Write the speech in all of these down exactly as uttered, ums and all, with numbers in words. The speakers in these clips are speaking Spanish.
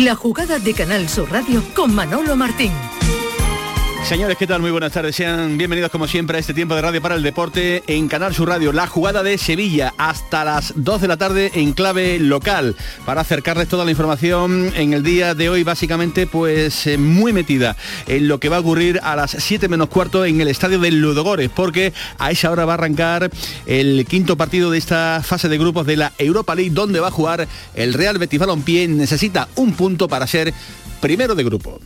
La jugada de Canal Sur Radio con Manolo Martín. Señores, ¿qué tal? Muy buenas tardes. Sean bienvenidos como siempre a este tiempo de Radio para el Deporte en Canal Sur Radio. La jugada de Sevilla hasta las dos de la tarde en clave local, para acercarles toda la información en el día de hoy, básicamente pues eh, muy metida en lo que va a ocurrir a las siete menos cuarto en el estadio del Ludogorets, porque a esa hora va a arrancar el quinto partido de esta fase de grupos de la Europa League, donde va a jugar el Real Betis Balompié. Necesita un punto para ser primero de grupo.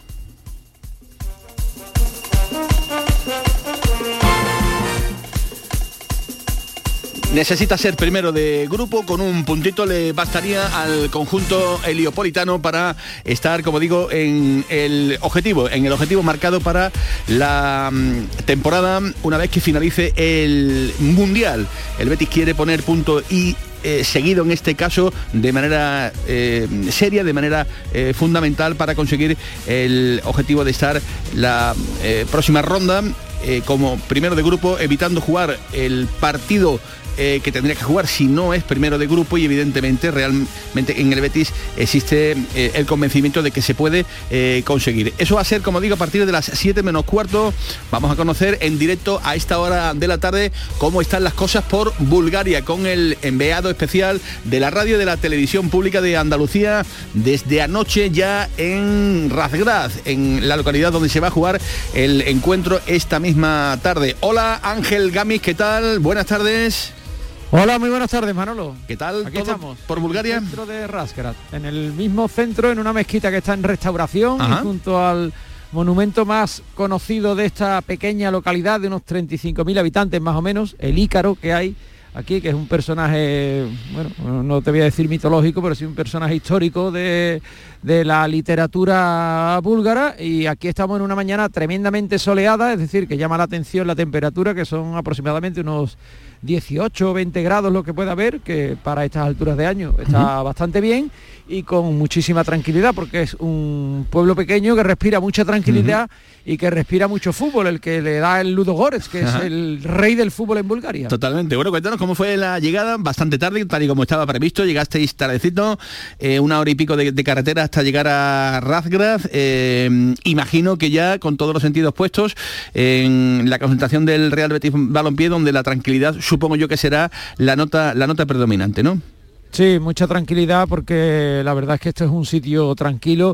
Necesita ser primero de grupo, con un puntito le bastaría al conjunto heliopolitano para estar, como digo, en el objetivo, en el objetivo marcado para la temporada una vez que finalice el Mundial. El Betis quiere poner punto y Eh, seguido en este caso de manera eh, seria, de manera eh, fundamental, para conseguir el objetivo de estar la eh, próxima ronda eh, como primero de grupo, evitando jugar el partido eh, que tendría que jugar si no es primero de grupo, y evidentemente realmente en el Betis existe eh, el convencimiento de que se puede eh, conseguir. Eso va a ser, como digo, a partir de las siete menos cuarto. Vamos a conocer en directo a esta hora de la tarde cómo están las cosas por Bulgaria, con el enviado especial de la radio y de la televisión pública de Andalucía desde anoche ya en Razgrad, en la localidad donde se va a jugar el encuentro esta misma tarde. Hola Ángel Gamis, ¿qué tal? Buenas tardes. Hola, muy buenas tardes, Manolo. ¿Qué tal? Aquí todo estamos, por Bulgaria. En el centro de Razgrad, en el mismo centro, en una mezquita que está en restauración, y junto al monumento más conocido de esta pequeña localidad de unos treinta y cinco mil habitantes más o menos, el Ícaro, que hay aquí, que es un personaje, bueno, no te voy a decir mitológico, pero sí un personaje histórico de, de la literatura búlgara. Y aquí estamos en una mañana tremendamente soleada, es decir, que llama la atención la temperatura, que son aproximadamente unos dieciocho o veinte grados lo que pueda haber, que para estas alturas de año está uh-huh. bastante bien, y con muchísima tranquilidad, porque es un pueblo pequeño que respira mucha tranquilidad uh-huh. y que respira mucho fútbol, el que le da el Ludogorets, que uh-huh. es el rey del fútbol en Bulgaria. Totalmente. Bueno, cuéntanos cómo fue la llegada. Bastante tarde, tal y como estaba previsto, llegasteis tardecito, eh, una hora y pico de, de carretera hasta llegar a Razgrad. Eh, imagino que ya con todos los sentidos puestos en la concentración del Real Betis Balompié, donde la tranquilidad supongo yo que será la nota, la nota predominante, ¿no? Sí, mucha tranquilidad, porque la verdad es que esto es un sitio tranquilo.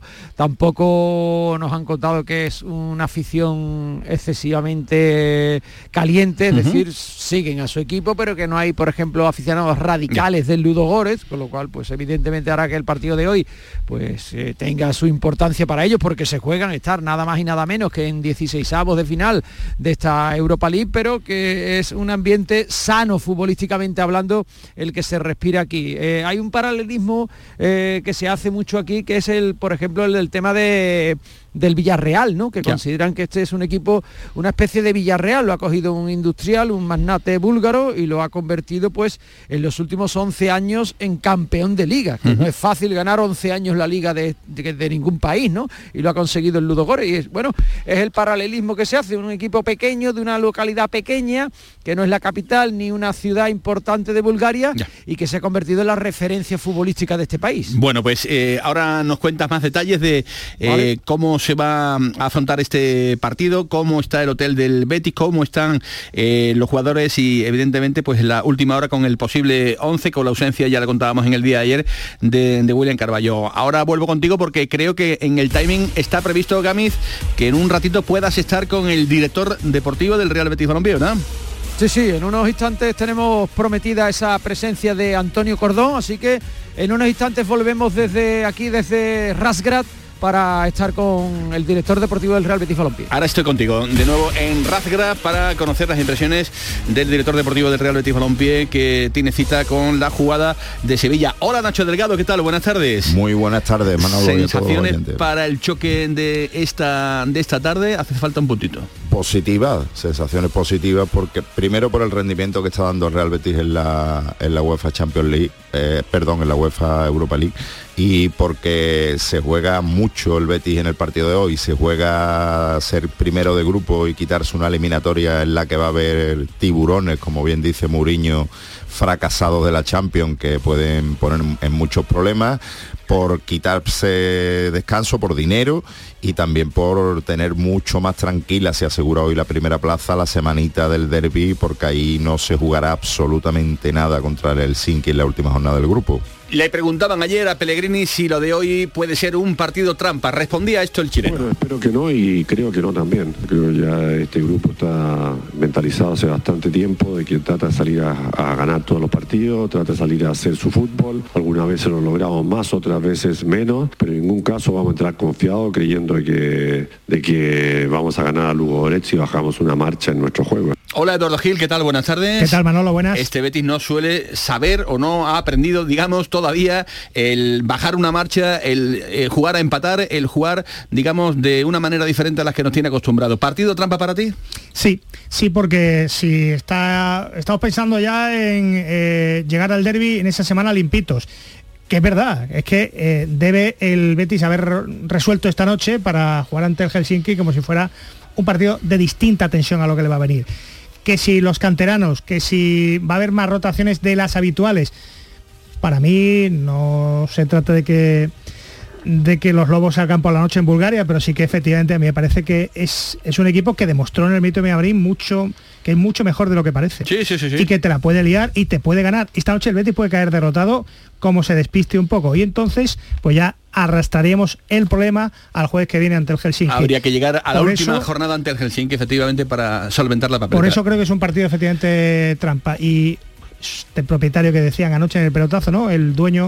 Tampoco nos han contado que es una afición excesivamente caliente, es uh-huh. decir, siguen a su equipo, pero que no hay, por ejemplo, aficionados radicales del Ludogorets, con lo cual, pues evidentemente hará que el partido de hoy pues eh, tenga su importancia para ellos, porque se juegan estar nada más y nada menos que en dieciseisavos de final de esta Europa League, pero que es un ambiente sano futbolísticamente hablando el que se respira aquí. Eh, hay un paralelismo eh, que se hace mucho aquí, que es el, por ejemplo, el del tema de del Villarreal, ¿no? Que ya. consideran que este es un equipo, una especie de Villarreal. Lo ha cogido un industrial, un magnate búlgaro, y lo ha convertido pues en los últimos once años en campeón de liga, que uh-huh. no es fácil ganar once años la liga de, de, de ningún país, ¿no? Y lo ha conseguido el Ludogorets. Y es, bueno, es el paralelismo que se hace, un equipo pequeño, de una localidad pequeña, que no es la capital ni una ciudad importante de Bulgaria, ya. y que se ha convertido en la referencia futbolística de este país. Bueno, pues eh, ahora nos cuentas más detalles de eh, vale. cómo se va a afrontar este partido, cómo está el hotel del Betis, cómo están eh, los jugadores, y evidentemente pues la última hora con el posible once, con la ausencia, ya la contábamos en el día de ayer, de, de William Carballo. Ahora vuelvo contigo, porque creo que en el timing está previsto, Gamis, que en un ratito puedas estar con el director deportivo del Real Betis Balompié, ¿no? Sí, sí, en unos instantes tenemos prometida esa presencia de Antonio Cordón, así que en unos instantes volvemos desde aquí, desde Razgrad, para estar con el director deportivo del Real Betis Balompié. Ahora estoy contigo de nuevo en Razgrad para conocer las impresiones del director deportivo del Real Betis Balompié, que tiene cita con la jugada de Sevilla. Hola Nacho Delgado, ¿qué tal? Buenas tardes. Muy buenas tardes, Manolo. Sensaciones para el choque de esta, de esta tarde. Hace falta un puntito. Positivas, sensaciones positivas, porque primero por el rendimiento que está dando el Real Betis en la, en la UEFA Champions League, eh, perdón, en la UEFA Europa League, y porque se juega mucho el Betis en el partido de hoy, se juega ser primero de grupo y quitarse una eliminatoria en la que va a haber tiburones, como bien dice Mourinho, fracasados de la Champions, que pueden poner en muchos problemas, por quitarse descanso, por dinero y también por tener mucho más tranquila, se asegura hoy la primera plaza, la semanita del derbi, porque ahí no se jugará absolutamente nada contra el Helsinki en la última jornada del grupo. Le preguntaban ayer a Pellegrini si lo de hoy puede ser un partido trampa. Respondía esto el chileno. Bueno, espero que no y creo que no también. Creo que ya este grupo está mentalizado hace bastante tiempo de que trata de salir a, a ganar todos los partidos, trata de salir a hacer su fútbol. Algunas veces lo logramos más, otras veces menos, pero en ningún caso vamos a entrar confiados creyendo de que, de que vamos a ganar a Lugo Goretz y bajamos una marcha en nuestro juego. Hola Eduardo Gil, ¿qué tal? Buenas tardes. ¿Qué tal, Manolo? Buenas. Este Betis no suele saber o no ha aprendido, digamos, todavía el bajar una marcha, el, el jugar a empatar, el jugar, digamos, de una manera diferente a las que nos tiene acostumbrado. ¿Partido trampa para ti? Sí, sí, porque si está, estamos pensando ya en eh, llegar al derbi en esa semana limpitos. Que es verdad, es que eh, debe el Betis haber resuelto esta noche para jugar ante el Helsinki como si fuera un partido de distinta tensión a lo que le va a venir. Que si los canteranos, que si va a haber más rotaciones de las habituales. Para mí no se trata de que de que los Lobos salgan por la noche en Bulgaria, pero sí que efectivamente a mí me parece que es, es un equipo que demostró en el Benito Villamarín mucho, que es mucho mejor de lo que parece. Sí, sí, sí, sí. Y que te la puede liar y te puede ganar. Esta noche el Betis puede caer derrotado como se despiste un poco. Y entonces, pues ya arrastraríamos el problema al jueves que viene ante el Helsinki. Habría que llegar a la por última eso, jornada ante el Helsinki, efectivamente, para solventar la papeleta. Por eso creo que es un partido efectivamente trampa. Y este propietario que decían anoche en el pelotazo, ¿no? El dueño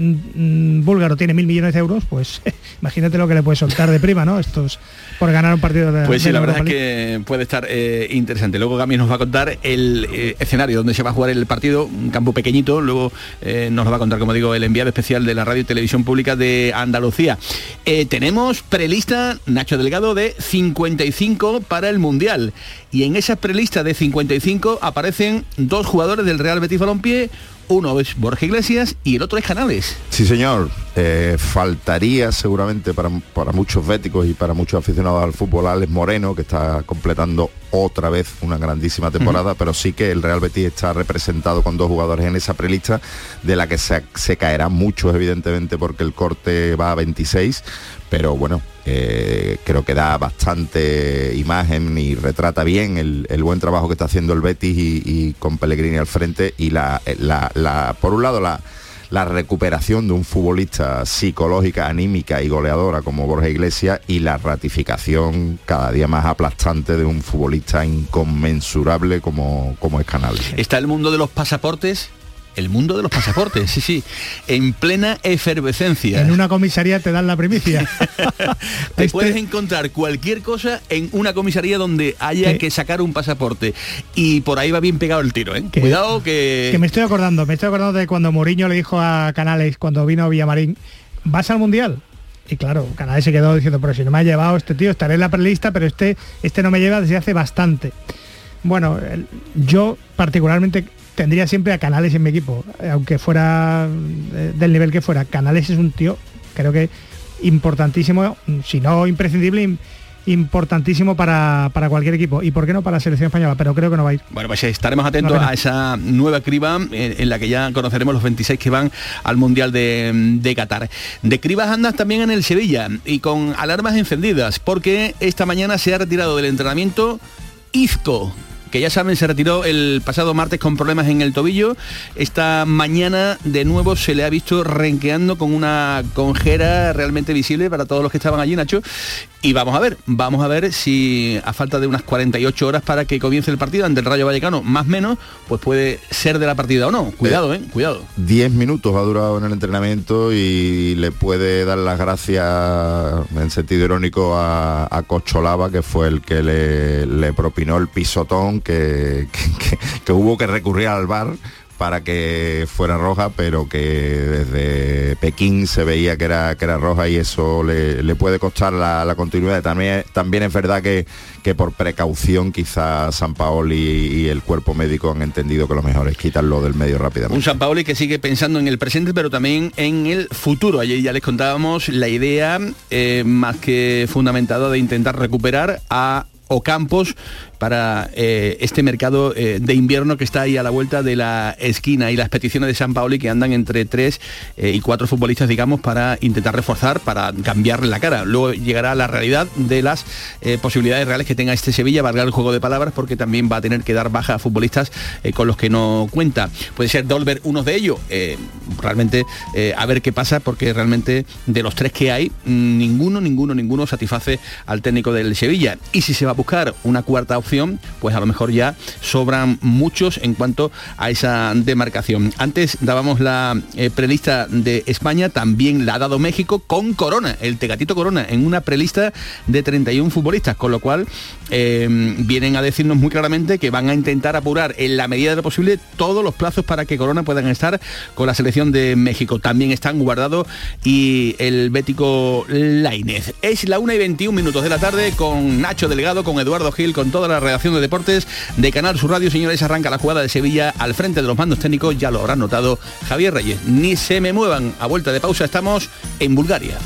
mm, búlgaro tiene mil millones de euros, pues imagínate lo que le puede soltar de prima, ¿no? Estos por ganar un partido de Pues sí, de la la verdad es Europa League. que puede estar eh, interesante. Luego Gami nos va a contar el eh, escenario donde se va a jugar el partido, un campo pequeñito. Luego eh, nos lo va a contar, como digo, el enviado especial de la Radio y Televisión Pública de Andalucía. Eh, tenemos prelista, Nacho Delgado, de cincuenta y cinco para el Mundial. Y en esa prelista de cincuenta y cinco aparecen dos jugadores del Real Betis Balompié. Uno es Borja Iglesias y el otro es Canales. Sí, señor. Eh, faltaría seguramente para, para muchos béticos y para muchos aficionados al fútbol Alex Moreno, que está completando otra vez una grandísima temporada, uh-huh. Pero sí que el Real Betis está representado con dos jugadores en esa prelista, de la que se, se caerán muchos, evidentemente, porque el corte va a veintiséis, pero bueno, eh, creo que da bastante imagen y retrata bien el, el buen trabajo que está haciendo el Betis y, y con Pellegrini al frente, y la, la, la por un lado la la recuperación de un futbolista psicológica, anímica y goleadora como Borja Iglesias, y la ratificación cada día más aplastante de un futbolista inconmensurable como, como es Canales. Está el mundo de los pasaportes. El mundo de los pasaportes, sí, sí, en plena efervescencia. En una comisaría te dan la primicia. Te este... puedes encontrar cualquier cosa en una comisaría donde haya ¿Qué? que sacar un pasaporte. Y por ahí va bien pegado el tiro, ¿eh? ¿Qué? Cuidado que... Que me estoy acordando, me estoy acordando de cuando Mourinho le dijo a Canales, cuando vino a Villamarín, ¿vas al Mundial? Y claro, Canales se quedó diciendo, pero si no me ha llevado este tío, estaré en la prelista, pero este, este no me lleva desde hace bastante. Bueno, yo particularmente tendría siempre a Canales en mi equipo, aunque fuera del nivel que fuera. Canales es un tío, creo que importantísimo, si no imprescindible, importantísimo para, para cualquier equipo. ¿Y por qué no para la selección española? Pero creo que no va a ir. Bueno, pues estaremos atentos no, a esa nueva criba en, en la que ya conoceremos los veintiséis que van al Mundial de, de Qatar. De cribas andas también en el Sevilla y con alarmas encendidas, porque esta mañana se ha retirado del entrenamiento Isco, que ya saben, se retiró el pasado martes con problemas en el tobillo. Esta mañana de nuevo se le ha visto renqueando con una conjera realmente visible para todos los que estaban allí, Nacho. Y vamos a ver, vamos a ver si a falta de unas cuarenta y ocho horas para que comience el partido ante el Rayo Vallecano, más o menos, pues puede ser de la partida o no. Cuidado, eh, cuidado. diez minutos ha durado en el entrenamiento y le puede dar las gracias, en sentido irónico, a, a Cocholava, que fue el que le, le propinó el pisotón que, que, que, que hubo que recurrir al V A R para que fuera roja, pero que desde Pekín se veía que era que era roja y eso le, le puede costar la, la continuidad. También, también es verdad que, que por precaución quizás Sampaoli y, y el cuerpo médico han entendido que lo mejor es quitarlo del medio rápidamente. Un Sampaoli que sigue pensando en el presente, pero también en el futuro. Ayer ya les contábamos la idea eh, más que fundamentada de intentar recuperar a Ocampos para eh, este mercado eh, de invierno que está ahí a la vuelta de la esquina, y las peticiones de Sampaoli que andan entre tres eh, y cuatro futbolistas, digamos, para intentar reforzar, para cambiarle la cara. Luego llegará la realidad de las eh, posibilidades reales que tenga este Sevilla, valga el juego de palabras, porque también va a tener que dar baja a futbolistas eh, con los que no cuenta. Puede ser Dolber uno de ellos, eh, realmente eh, a ver qué pasa, porque realmente de los tres que hay, ninguno, ninguno, ninguno satisface al técnico del Sevilla. Y si se va a buscar una cuarta opción, pues a lo mejor ya sobran muchos en cuanto a esa demarcación. Antes dábamos la eh, prelista de España, también la ha dado México con Corona, el Tecatito Corona, en una prelista de treinta y uno futbolistas, con lo cual eh, vienen a decirnos muy claramente que van a intentar apurar en la medida de lo posible todos los plazos para que Corona puedan estar con la selección de México. También están Guardado y el bético Lainez. Es la una y veintiún minutos de la tarde, con Nacho Delgado, con Eduardo Gil, con toda la redacción de deportes de Canal Sur Radio. Señores, arranca la jugada de Sevilla. Al frente de los mandos técnicos, ya lo habrán notado, Javier Reyes. Ni se me muevan. A vuelta de pausa estamos en Bulgaria.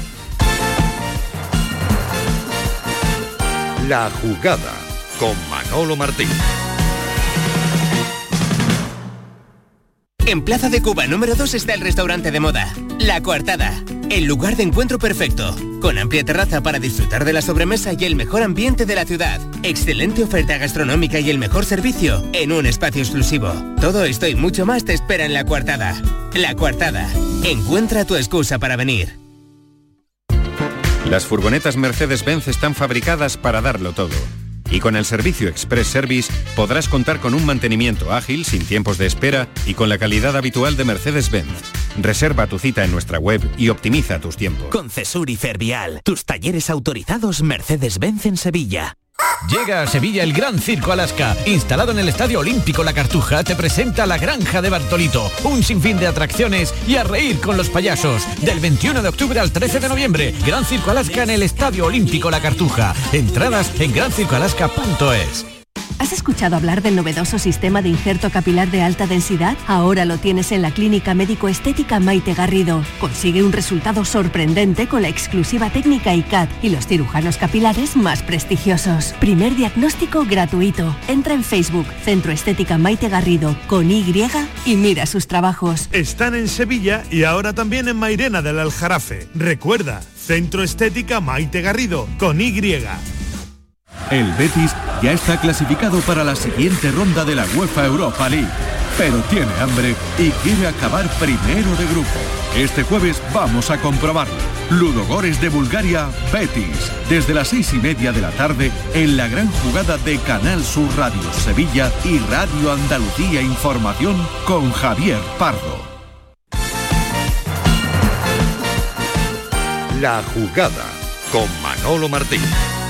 La jugada con Manolo Martín. En Plaza de Cuba número dos está el restaurante de moda, La Coartada, el lugar de encuentro perfecto, con amplia terraza para disfrutar de la sobremesa y el mejor ambiente de la ciudad, excelente oferta gastronómica y el mejor servicio en un espacio exclusivo. Todo esto y mucho más te espera en La Coartada. La Coartada, encuentra tu excusa para venir. Las furgonetas Mercedes-Benz están fabricadas para darlo todo. Y con el servicio Express Service podrás contar con un mantenimiento ágil, sin tiempos de espera y con la calidad habitual de Mercedes-Benz. Reserva tu cita en nuestra web y optimiza tus tiempos. Con Cesur y Fervial, tus talleres autorizados Mercedes-Benz en Sevilla. Llega a Sevilla el Gran Circo Alaska. Instalado en el Estadio Olímpico La Cartuja, te presenta La Granja de Bartolito. Un sinfín de atracciones y a reír con los payasos. Del veintiuno de octubre al trece de noviembre. Gran Circo Alaska en el Estadio Olímpico La Cartuja. Entradas en gran circo alaska punto es. ¿Has escuchado hablar del novedoso sistema de injerto capilar de alta densidad? Ahora lo tienes en la Clínica Médico-Estética Maite Garrido. Consigue un resultado sorprendente con la exclusiva técnica I C A T y los cirujanos capilares más prestigiosos. Primer diagnóstico gratuito. Entra en Facebook, Centro Estética Maite Garrido, con Y, y mira sus trabajos. Están en Sevilla y ahora también en Mairena del Aljarafe. Recuerda, Centro Estética Maite Garrido, con Y. El Betis ya está clasificado para la siguiente ronda de la UEFA Europa League, pero tiene hambre y quiere acabar primero de grupo. Este jueves vamos a comprobarlo. Ludogorets de Bulgaria, Betis, desde las seis y media de la tarde en la gran jugada de Canal Sur Radio Sevilla y Radio Andalucía Información con Javier Pardo. La jugada con Manolo Martín.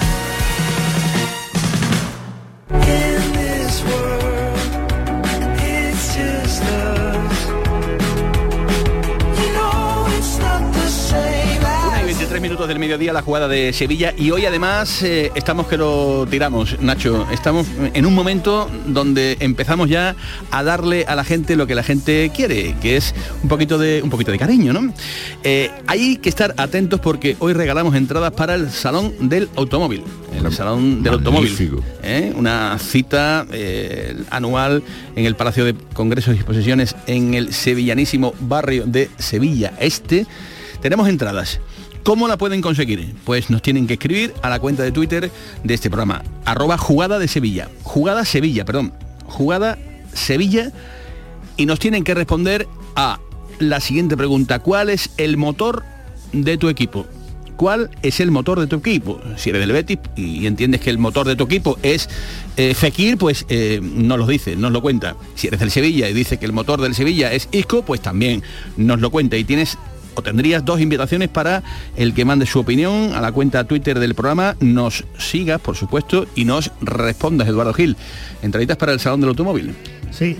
Tres minutos del mediodía, la jugada de Sevilla, y hoy además eh, estamos que lo tiramos, Nacho. Estamos en un momento donde empezamos ya a darle a la gente lo que la gente quiere, que es un poquito de un poquito de cariño, ¿no? Eh, hay que estar atentos porque hoy regalamos entradas para el Salón del Automóvil. El Salón del Magnífico. Automóvil. ¿eh? Una cita eh, anual en el Palacio de Congresos y Exposiciones en el sevillanísimo barrio de Sevilla Este. Tenemos entradas. ¿Cómo la pueden conseguir? Pues nos tienen que escribir a la cuenta de Twitter de este programa, arroba jugada de Sevilla, jugada Sevilla, perdón, jugada Sevilla, y nos tienen que responder a la siguiente pregunta: ¿cuál es el motor de tu equipo? ¿Cuál es el motor de tu equipo? Si eres del Betis y entiendes que el motor de tu equipo es eh, Fekir, pues eh, nos lo dice, nos lo cuenta. Si eres del Sevilla y dice que el motor del Sevilla es Isco, pues también nos lo cuenta. Y tienes o tendrías dos invitaciones para el que mande su opinión a la cuenta Twitter del programa, nos sigas, por supuesto, y nos respondas, Eduardo Gil. Entraditas para el Salón del Automóvil. Sí,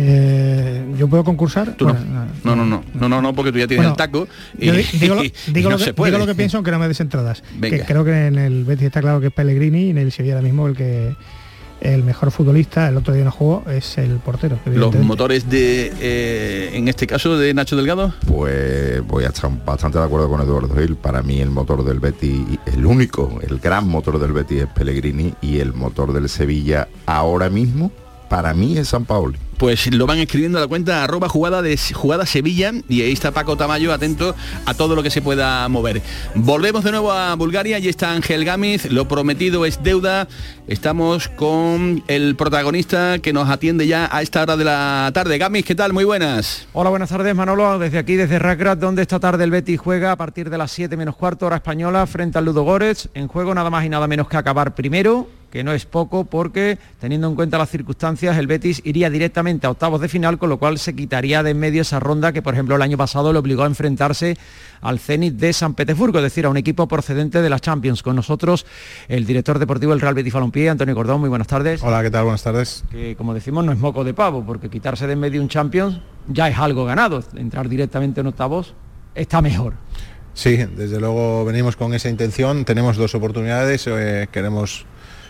eh, ¿yo puedo concursar? Tú bueno, no. No, no, no, no, no, no, porque tú ya tienes bueno, el taco. Y, digo, lo, y, digo, y lo no que, digo lo que pienso, aunque no me des entradas. Que creo que en el Betis está claro que es Pellegrini y en el Sevilla ahora mismo el que el mejor futbolista, el otro día no jugó, es el portero. ¿Los motores de, eh, en este caso, de Nacho Delgado? Pues voy a estar bastante de acuerdo con Eduardo Gil. Para mí el motor del Betis, el único, el gran motor del Betis es Pellegrini, y el motor del Sevilla ahora mismo, para mí, es Sampaoli. Pues lo van escribiendo a la cuenta arroba jugada de jugada Sevilla, y ahí está Paco Tamayo atento a todo lo que se pueda mover. Volvemos de nuevo a Bulgaria, y está Ángel Gámez, lo prometido es deuda. Estamos con el protagonista que nos atiende ya a esta hora de la tarde. Gámez, ¿qué tal? Muy buenas. Hola, buenas tardes, Manolo, desde aquí, desde Razgrad, donde esta tarde el Betis juega a partir de las siete menos cuarto, hora española, frente al Ludogorets. En juego nada más y nada menos que acabar primero, que no es poco, porque teniendo en cuenta las circunstancias el Betis iría directamente a octavos de final, con lo cual se quitaría de en medio esa ronda que por ejemplo el año pasado le obligó a enfrentarse al Zenit de San Petersburgo, es decir, a un equipo procedente de la Champions. Con nosotros el director deportivo del Real Betis Balompié, Antonio Cordón. Muy buenas tardes. Hola, ¿qué tal? Buenas tardes. Que como decimos no es moco de pavo, porque quitarse de en medio un Champions ya es algo ganado. Entrar directamente en octavos está mejor. Sí, desde luego venimos con esa intención, tenemos dos oportunidades, eh, queremos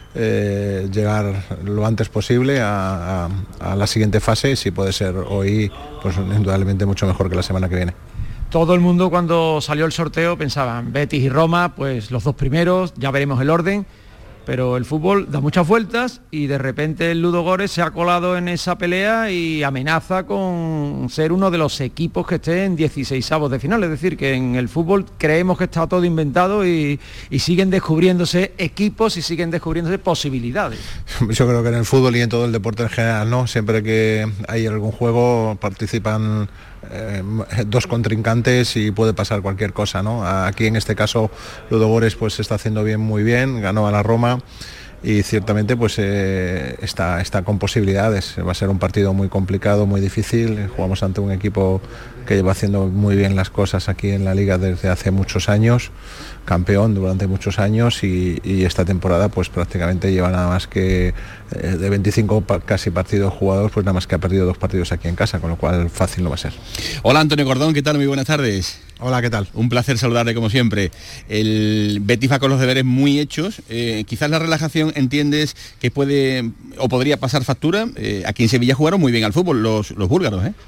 Eh, llegar lo antes posible a, a, a la siguiente fase, si puede ser hoy, pues indudablemente mucho mejor que la semana que viene. Todo el mundo cuando salió el sorteo pensaban Betis y Roma, pues los dos primeros, ya veremos el orden, pero el fútbol da muchas vueltas y de repente el Ludogorets se ha colado en esa pelea y amenaza con ser uno de los equipos que esté en dieciseisavos de final. Es decir, que en el fútbol creemos que está todo inventado y, y siguen descubriéndose equipos y siguen descubriéndose posibilidades. Yo creo que en el fútbol y en todo el deporte en general, ¿no? Siempre que hay algún juego participan Eh, dos contrincantes y puede pasar cualquier cosa, ¿no? Aquí en este caso Ludogorets pues se está haciendo bien, muy bien, ganó a la Roma y ciertamente pues eh, está, está con posibilidades. Va a ser un partido muy complicado, muy difícil. Jugamos ante un equipo que lleva haciendo muy bien las cosas aquí en la liga desde hace muchos años, campeón durante muchos años, y, y esta temporada pues prácticamente lleva nada más que eh, de veinticinco pa casi partidos jugados, pues nada más que ha perdido dos partidos aquí en casa, con lo cual fácil no va a ser. Hola, Antonio Cordón, ¿qué tal? Muy buenas tardes. Hola, ¿qué tal? Un placer saludarle como siempre. El Betis va con los deberes muy hechos. Eh, quizás la relajación entiendes que puede o podría pasar factura. Eh, aquí en Sevilla jugaron muy bien al fútbol los, los búlgaros, ¿eh?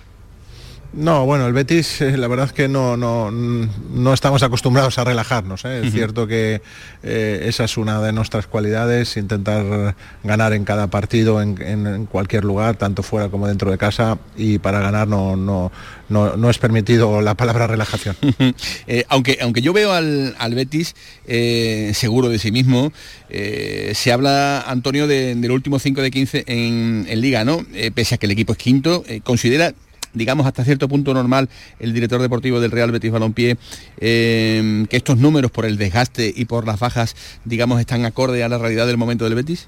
No, bueno, el Betis, eh, la verdad es que no, no, no estamos acostumbrados a relajarnos, ¿eh? Es uh-huh. cierto que eh, esa es una de nuestras cualidades, intentar ganar en cada partido, en, en, en cualquier lugar, tanto fuera como dentro de casa, y para ganar no, no, no, no es permitido la palabra relajación. eh, aunque, aunque yo veo al, al Betis eh, seguro de sí mismo, eh, se habla, Antonio, de, del último cinco de quince en, en Liga, ¿no? Eh, pese a que el equipo es quinto, eh, considera, digamos, hasta cierto punto normal el director deportivo del Real Betis Balompié eh, que estos números, por el desgaste y por las bajas, digamos, están acorde a la realidad del momento del Betis?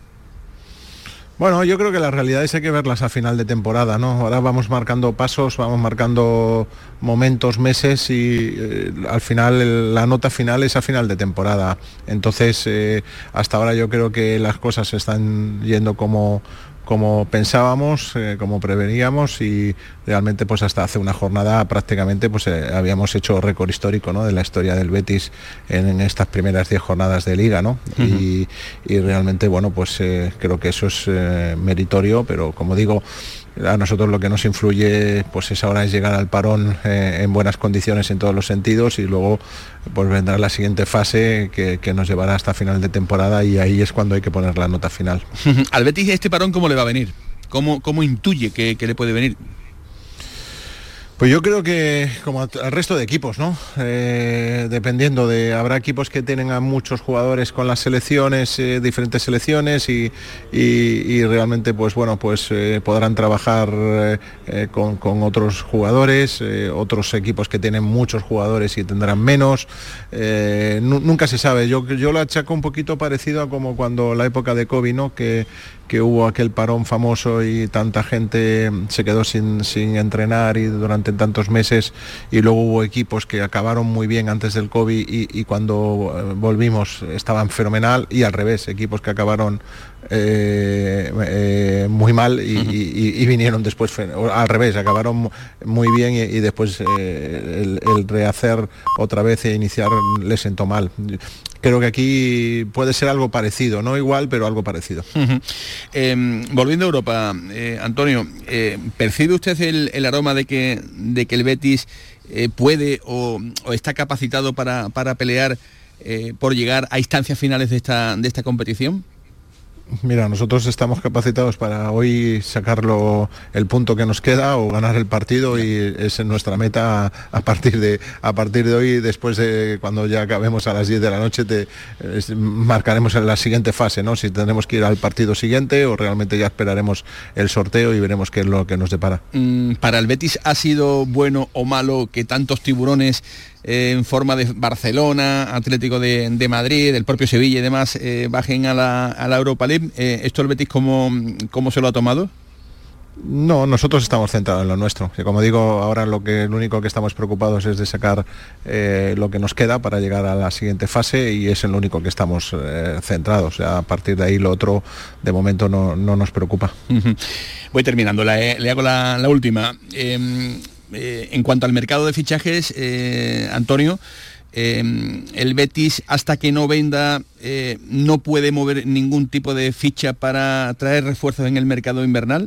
Bueno, yo creo que las realidades hay que verlas a final de temporada, ¿no? Ahora vamos marcando pasos, vamos marcando momentos, meses, y eh, al final el, la nota final es a final de temporada. Entonces, eh, hasta ahora yo creo que las cosas se están yendo como como pensábamos, eh, como preveníamos, y realmente pues hasta hace una jornada prácticamente pues eh, habíamos hecho récord histórico, ¿no?, de la historia del Betis en, en estas primeras diez jornadas de Liga, ¿no? Uh-huh. y, y realmente, bueno, pues eh, creo que eso es eh, meritorio, pero como digo, a nosotros lo que nos influye pues es ahora es llegar al parón eh, en buenas condiciones en todos los sentidos, y luego pues vendrá la siguiente fase que, que nos llevará hasta final de temporada, y ahí es cuando hay que poner la nota final. Al Betis este parón, ¿cómo le va a venir? ¿Cómo, cómo intuye que, que le puede venir? Pues yo creo que como al resto de equipos, ¿no? Eh, dependiendo de... Habrá equipos que tienen a muchos jugadores con las selecciones, eh, diferentes selecciones, y, y, y realmente, pues bueno, pues eh, podrán trabajar eh, con, con otros jugadores, eh, otros equipos que tienen muchos jugadores y tendrán menos. Eh, nunca se sabe. Yo, yo lo achaco un poquito parecido a como cuando la época de Kobe, ¿no? Que, que hubo aquel parón famoso y tanta gente se quedó sin, sin entrenar y durante tantos meses, y luego hubo equipos que acabaron muy bien antes del COVID y, y cuando volvimos estaban fenomenal, y al revés, equipos que acabaron eh, eh, muy mal y, uh-huh. y, y vinieron después, al revés, acabaron muy bien y, y después eh, el, el rehacer otra vez e iniciar les sentó mal. Creo que aquí puede ser algo parecido, no igual, pero algo parecido. Uh-huh. Eh, volviendo a Europa, eh, Antonio, eh, ¿percibe usted el, el aroma de que, de que el Betis eh, puede o, o está capacitado para, para pelear eh, por llegar a instancias finales de esta, de esta competición? Mira, nosotros estamos capacitados para hoy sacarlo el punto que nos queda o ganar el partido, y es nuestra meta a partir de a partir de hoy. Después de cuando ya acabemos a las diez de la noche te es, marcaremos en la siguiente fase, ¿no? Si tendremos que ir al partido siguiente o realmente ya esperaremos el sorteo y veremos qué es lo que nos depara. Mm, ¿Para el Betis ha sido bueno o malo que tantos tiburones en forma de Barcelona, Atlético de, de Madrid, el propio Sevilla y demás eh, bajen a la, a la Europa League? Eh, ¿Esto el Betis cómo, cómo se lo ha tomado? No, nosotros estamos centrados en lo nuestro. Como digo, ahora lo que lo único que estamos preocupados es de sacar eh, lo que nos queda para llegar a la siguiente fase, y es en lo único que estamos eh, centrados. O sea, a partir de ahí lo otro de momento no, no nos preocupa. Uh-huh. Voy terminando, le, le hago la, la última. Eh, eh, en cuanto al mercado de fichajes, eh, Antonio, eh, el Betis, hasta que no venda, eh, no puede mover ningún tipo de ficha para traer refuerzos en el mercado invernal.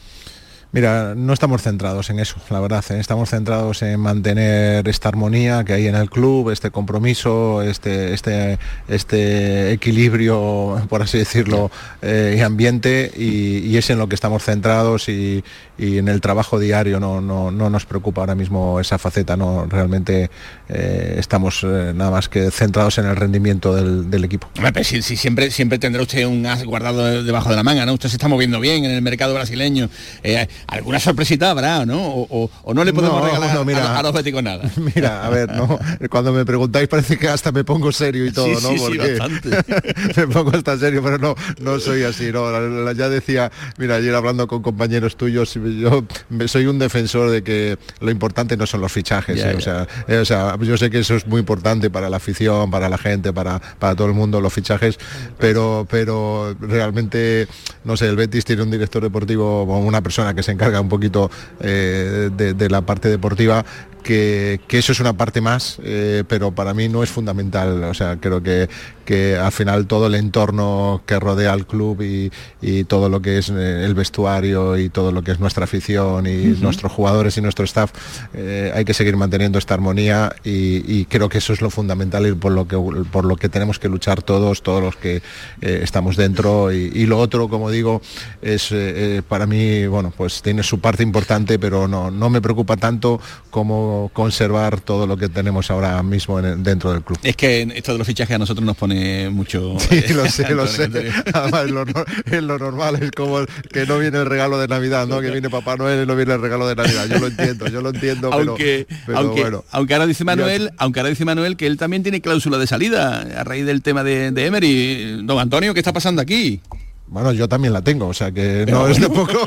Mira, no estamos centrados en eso, la verdad, ¿eh? Estamos centrados en mantener esta armonía que hay en el club, este compromiso, este, este, este equilibrio, por así decirlo, eh, y ambiente, y, y es en lo que estamos centrados, y, y en el trabajo diario no, no, no nos preocupa ahora mismo esa faceta, no, realmente eh, estamos eh, nada más que centrados en el rendimiento del, del equipo. Pero si, si siempre, siempre tendrá usted un as guardado debajo de la manga, ¿no? Usted se está moviendo bien en el mercado brasileño. Eh, alguna sorpresita habrá, ¿no? O, o, o no le podemos no, regalar no, mira, a, a los béticos nada. Mira, a ver, no, cuando me preguntáis parece que hasta me pongo serio y todo, sí, ¿no? Sí, Porque sí, bastante. me pongo hasta serio, pero no, no soy así, ¿no? Ya decía, mira, ayer hablando con compañeros tuyos, yo soy un defensor de que lo importante no son los fichajes, ya, ¿eh? ya. O sea, eh, o sea, yo sé que eso es muy importante para la afición, para la gente, para, para todo el mundo, los fichajes, pero, pero realmente, no sé, el Betis tiene un director deportivo o una persona que se encarga un poquito eh, de, de la parte deportiva, que, que eso es una parte más, eh, pero para mí no es fundamental. O sea, creo que, que al final todo el entorno que rodea al club y, y todo lo que es el vestuario y todo lo que es nuestra afición y uh-huh. nuestros jugadores y nuestro staff, eh, hay que seguir manteniendo esta armonía, y, y creo que eso es lo fundamental y por lo que, por lo que tenemos que luchar todos, todos los que eh, estamos dentro, y, y lo otro, como digo, es eh, para mí, bueno, pues tiene su parte importante, pero no, no me preocupa tanto como conservar todo lo que tenemos ahora mismo en el, dentro del club. Es que esto de los fichajes a nosotros nos pone mucho... Sí, lo sé, lo sé. Además, lo, es lo normal, es como que no viene el regalo de Navidad, ¿no? Que viene Papá Noel y no viene el regalo de Navidad. Yo lo entiendo, yo lo entiendo, aunque, pero, pero aunque, bueno. Aunque ahora dice Manuel, aunque ahora dice Manuel que él también tiene cláusula de salida a raíz del tema de, de Emery. Don Antonio, ¿qué está pasando aquí? Bueno, yo también la tengo, o sea que pero no bueno. es de poco.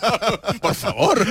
Por favor.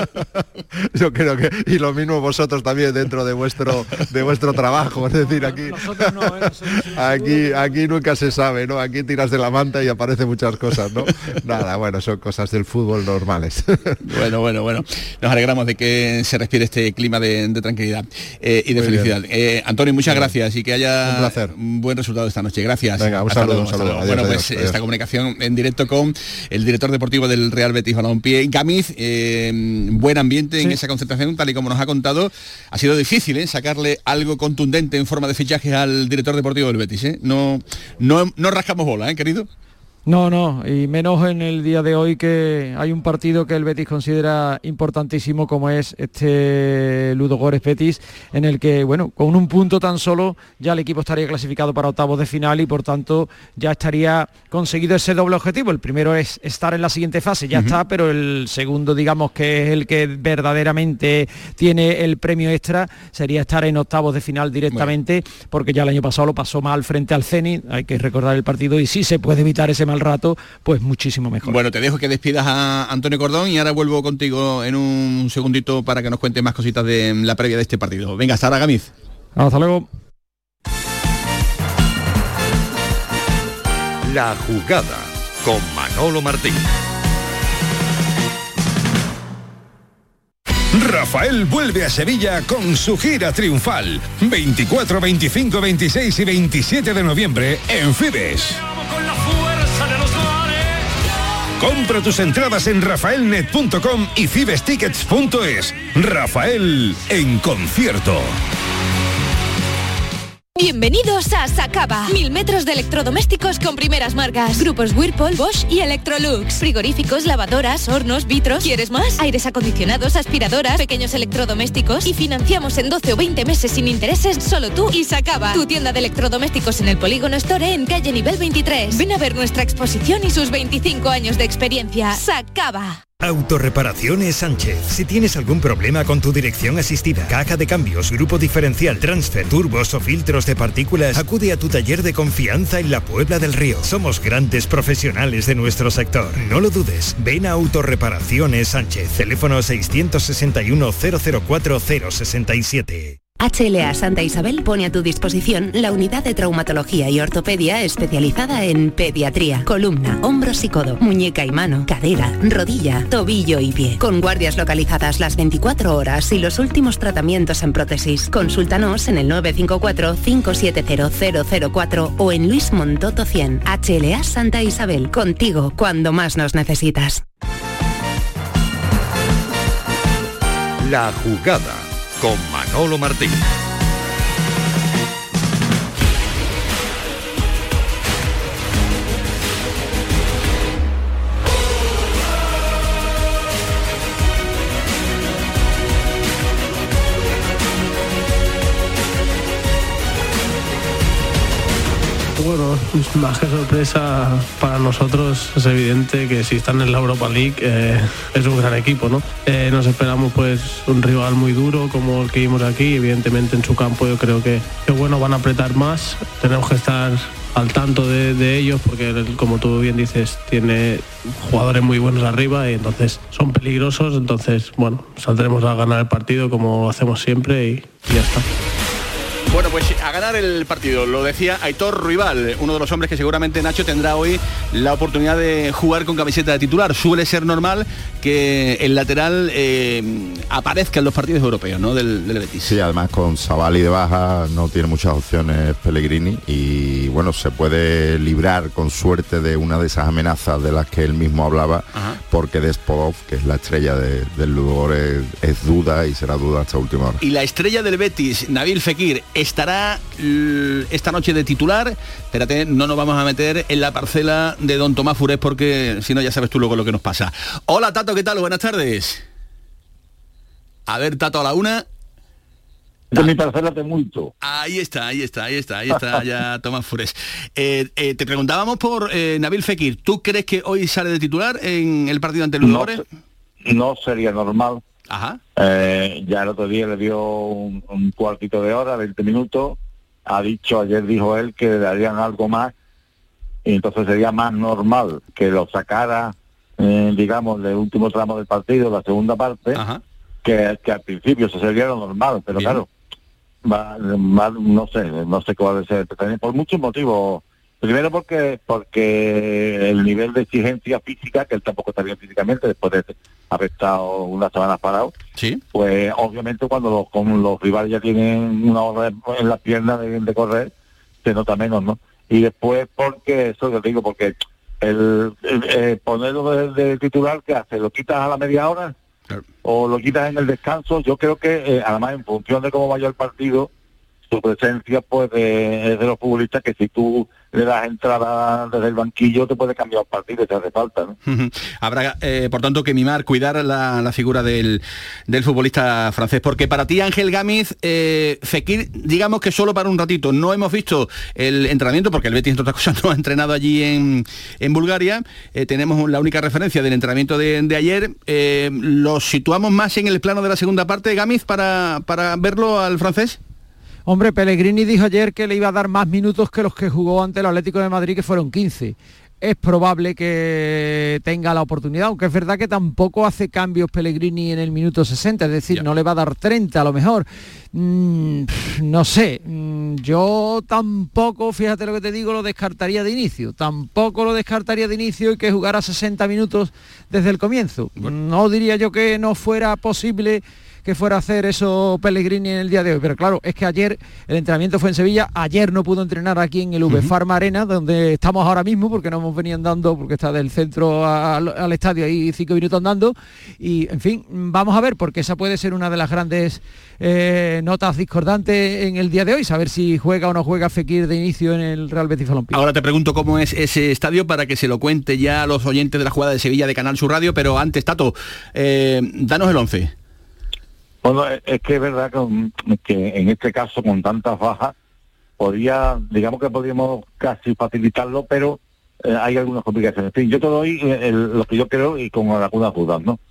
Yo creo que, y lo mismo vosotros también dentro de vuestro de vuestro trabajo, es decir, aquí nosotros no, ¿eh? nosotros aquí aquí nunca se sabe, ¿no? Aquí tiras de la manta y aparecen muchas cosas, ¿no? Nada, bueno, son cosas del fútbol normales. Bueno, bueno, bueno. Nos alegramos de que se respire este clima de, de tranquilidad eh, y de Muy felicidad. Eh, Antonio, muchas Muy gracias bien. Y que haya un, placer. un buen resultado esta noche. Gracias. Venga, un hasta saludo, luego, un saludo. Adiós, bueno, pues adiós, esta adiós. comunicación en directo con el director deportivo del Real Betis Balompié, Gamiz. Eh, buen ambiente sí. en esa concentración, tal y como nos ha contado. Ha sido difícil ¿eh? sacarle algo contundente en forma de fichaje al director deportivo del Betis. ¿eh? No, no, no rascamos bola, ¿eh, querido? No, no, y menos en el día de hoy, que hay un partido que el Betis considera importantísimo, como es este Ludogorets Betis, en el que, bueno, con un punto tan solo ya el equipo estaría clasificado para octavos de final y por tanto ya estaría conseguido ese doble objetivo. El primero es estar en la siguiente fase, ya uh-huh. está, pero el segundo, digamos, que es el que verdaderamente tiene el premio extra, sería estar en octavos de final directamente, bueno. porque ya el año pasado lo pasó mal frente al Zenit, hay que recordar el partido, y sí se puede evitar ese mal al rato, pues muchísimo mejor. Bueno, te dejo que despidas a Antonio Cordón y ahora vuelvo contigo en un segundito para que nos cuentes más cositas de la previa de este partido. Venga, hasta ahora, Gámez. Hasta luego. La jugada con Manolo Martín. Rafael vuelve a Sevilla con su gira triunfal. veinticuatro, veinticinco, veintiséis y veintisiete de noviembre en Fibes. Compra tus entradas en rafaelnet punto com y fibestickets punto es. Rafael en concierto. Bienvenidos a Sacaba. Mil metros de electrodomésticos con primeras marcas. Grupos Whirlpool, Bosch y Electrolux. Frigoríficos, lavadoras, hornos, vitros. ¿Quieres más? Aires acondicionados, aspiradoras, pequeños electrodomésticos. Y financiamos en doce o veinte meses sin intereses, solo tú y Sacaba. Tu tienda de electrodomésticos en el Polígono Store en calle Nivel veintitrés. Ven a ver nuestra exposición y sus veinticinco años de experiencia. Sacaba. Autorreparaciones Sánchez. Si tienes algún problema con tu dirección asistida, caja de cambios, grupo diferencial, transfer, turbos o filtros de partículas, acude a tu taller de confianza en la Puebla del Río. Somos grandes profesionales de nuestro sector. No lo dudes. Ven a Autorreparaciones Sánchez. Teléfono seiscientos sesenta y uno, cero cero cuatro, cero sesenta y siete. H L A Santa Isabel pone a tu disposición la unidad de traumatología y ortopedia especializada en pediatría, columna, hombros y codo, muñeca y mano, cadera, rodilla, tobillo y pie. Con guardias localizadas las veinticuatro horas y los últimos tratamientos en prótesis. Consúltanos en el nueve cinco cuatro, cinco siete cero, cero cero cuatro o en Luis Montoto cien. H L A Santa Isabel, contigo cuando más nos necesitas. La jugada con Manolo Martín. Bueno, más que sorpresa para nosotros es evidente que si están en la Europa League eh, es un gran equipo, ¿no? Eh, nos esperamos pues un rival muy duro como el que vimos aquí, evidentemente en su campo yo creo que, que bueno, van a apretar más, tenemos que estar al tanto de, de ellos porque como tú bien dices tiene jugadores muy buenos arriba y entonces son peligrosos, entonces bueno, saldremos a ganar el partido como hacemos siempre y, y ya está. Bueno, pues a ganar el partido, lo decía Aitor Ruibal, uno de los hombres que seguramente Nacho tendrá hoy la oportunidad de jugar con camiseta de titular. Suele ser normal que el lateral eh, aparezca en los partidos europeos, ¿no? Del, del Betis. Sí, además con Savali de baja no tiene muchas opciones Pellegrini y bueno, se puede librar con suerte de una de esas amenazas de las que él mismo hablaba. Ajá. Porque Despodov, que es la estrella de, del Lugo, es, es duda y será duda hasta última hora. Y la estrella del Betis, Nabil Fekir, estará esta noche de titular. Espérate, no nos vamos a meter en la parcela de don Tomás Furés porque si no ya sabes tú luego lo que nos pasa. Hola Tato, ¿qué tal? Buenas tardes. A ver, Tato, a la una. De mi parcela te multo. Ahí está, ahí está, ahí está, ahí está ya Tomás Furés. Eh, eh, te preguntábamos por eh, Nabil Fekir. ¿Tú crees que hoy sale de titular en el partido ante el Lugo? No, no sería normal. Ajá. Eh, ya el otro día le dio un, un cuartito de hora, veinte minutos. Ha dicho, ayer dijo él que le darían algo más. Y entonces sería más normal que lo sacara, eh, digamos, del último tramo del partido, la segunda parte, que, que al principio eso sería lo normal. Pero Bien. claro, va, va, no sé, no sé cuál es el por muchos motivos. Primero porque porque el nivel de exigencia física, que él tampoco está bien físicamente después de haber estado unas semanas parado, ¿sí? Pues obviamente cuando los, con los rivales ya tienen una hora en las piernas de, de correr, se nota menos, ¿no? Y después porque, eso te digo, porque el, el, el ponerlo de, de titular, ¿qué hace? ¿Lo quitas a la media hora? Claro. ¿O lo quitas en el descanso? Yo creo que, eh, además, en función de cómo vaya el partido, su presencia pues de, de los futbolistas que si tú le das entrada desde el banquillo te puede cambiar el partido, te hace falta, ¿no? Habrá eh, por tanto que mimar, cuidar la, la figura del, del futbolista francés, porque para ti Ángel Gámez, eh, Fekir, digamos que solo para un ratito, no hemos visto el entrenamiento porque el Betis entre otras cosas no ha entrenado allí en, en Bulgaria, eh, tenemos la única referencia del entrenamiento de, de ayer, eh, ¿lo situamos más en el plano de la segunda parte, Gámez, para, para verlo al francés? Hombre, Pellegrini dijo ayer que le iba a dar más minutos que los que jugó ante el Atlético de Madrid, que fueron quince. es probable que tenga la oportunidad, aunque es verdad que tampoco hace cambios Pellegrini en el minuto sesenta, es decir, yeah. no le va a dar treinta a lo mejor. Mm, no sé, mm, yo tampoco, fíjate lo que te digo, lo descartaría de inicio, tampoco lo descartaría de inicio y que jugara sesenta minutos desde el comienzo. Bueno. No diría yo que no fuera posible que fuera a hacer eso Pellegrini en el día de hoy, pero claro, es que ayer el entrenamiento fue en Sevilla, ayer no pudo entrenar aquí en el V Pharma uh-huh. Arena, donde estamos ahora mismo, porque no hemos venido andando, porque está del centro a, al, al estadio ahí cinco minutos andando, y en fin, vamos a ver, porque esa puede ser una de las grandes eh, notas discordantes en el día de hoy, saber si juega o no juega Fekir de inicio en el Real Betis Balompié. Ahora te pregunto cómo es ese estadio para que se lo cuente ya a los oyentes de la jugada de Sevilla de Canal Sur Radio, pero antes, Tato, eh, danos el once. Bueno, es que es verdad que, que en este caso, con tantas bajas, podría, digamos que podríamos casi facilitarlo, pero eh, hay algunas complicaciones. En fin, yo te doy el, lo que yo creo y con algunas dudas, ¿no?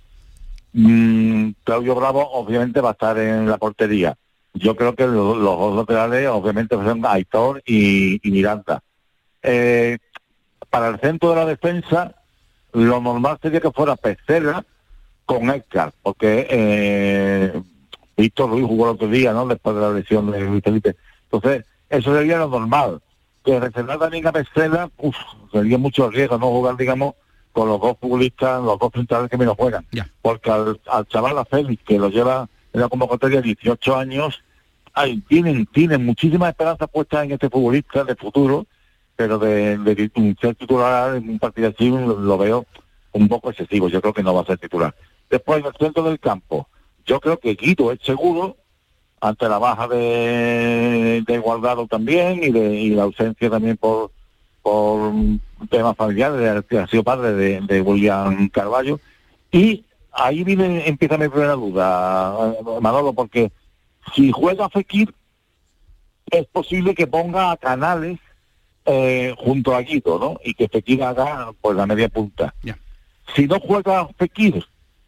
Mm, Claudio Bravo obviamente va a estar en la portería. Yo creo que los, los dos laterales obviamente son Aitor y, y Miranda. Eh, para el centro de la defensa, lo normal sería que fuera Petzela con Edgar, porque eh, Víctor Ruiz jugó el otro día, ¿no? Después de la lesión de Luis Felipe. Entonces, eso sería lo normal. Que reservar también a Petzela, uff, sería mucho riesgo, no jugar, digamos, con los dos futbolistas, los dos centrales que menos juegan. Yeah. Porque al, al chaval a Félix, que lo lleva en la convocatoria dieciocho años, ay, tienen, tienen muchísimas esperanzas puestas en este futbolista de futuro, pero de, de, de ser titular en un partido así lo, lo veo un poco excesivo. Yo creo que no va a ser titular. Después, en el centro del campo, yo creo que Guido es seguro, ante la baja de, de Guardado también, y de y la ausencia también por por temas familiares, que ha sido padre de, de William Carballo. Y ahí viene, empieza mi primera duda, Manolo, porque si juega Fekir, es posible que ponga a Canales eh, junto a Guido, ¿no? Y que Fekir haga pues la media punta. Yeah. Si no juega Fekir,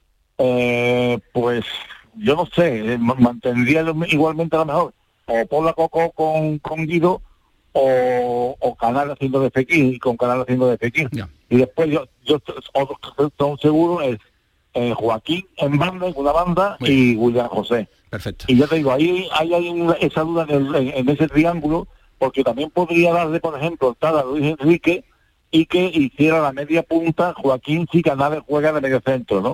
Eh, pues yo no sé, mantendría igualmente a lo mejor o Paula Coco con, con Guido o, o Canal haciendo de Fekir y con Canal haciendo de Fekir. Yeah. Y después yo, yo otro que estoy seguro es eh, Joaquín en banda, en una banda, muy y William José. Perfecto. Y ya te digo, ahí, ahí hay una, esa duda en, el, en, en ese triángulo, porque también podría darle, por ejemplo, tal a Luis Enrique y que hiciera la media punta Joaquín si Canales juega de medio centro, ¿no?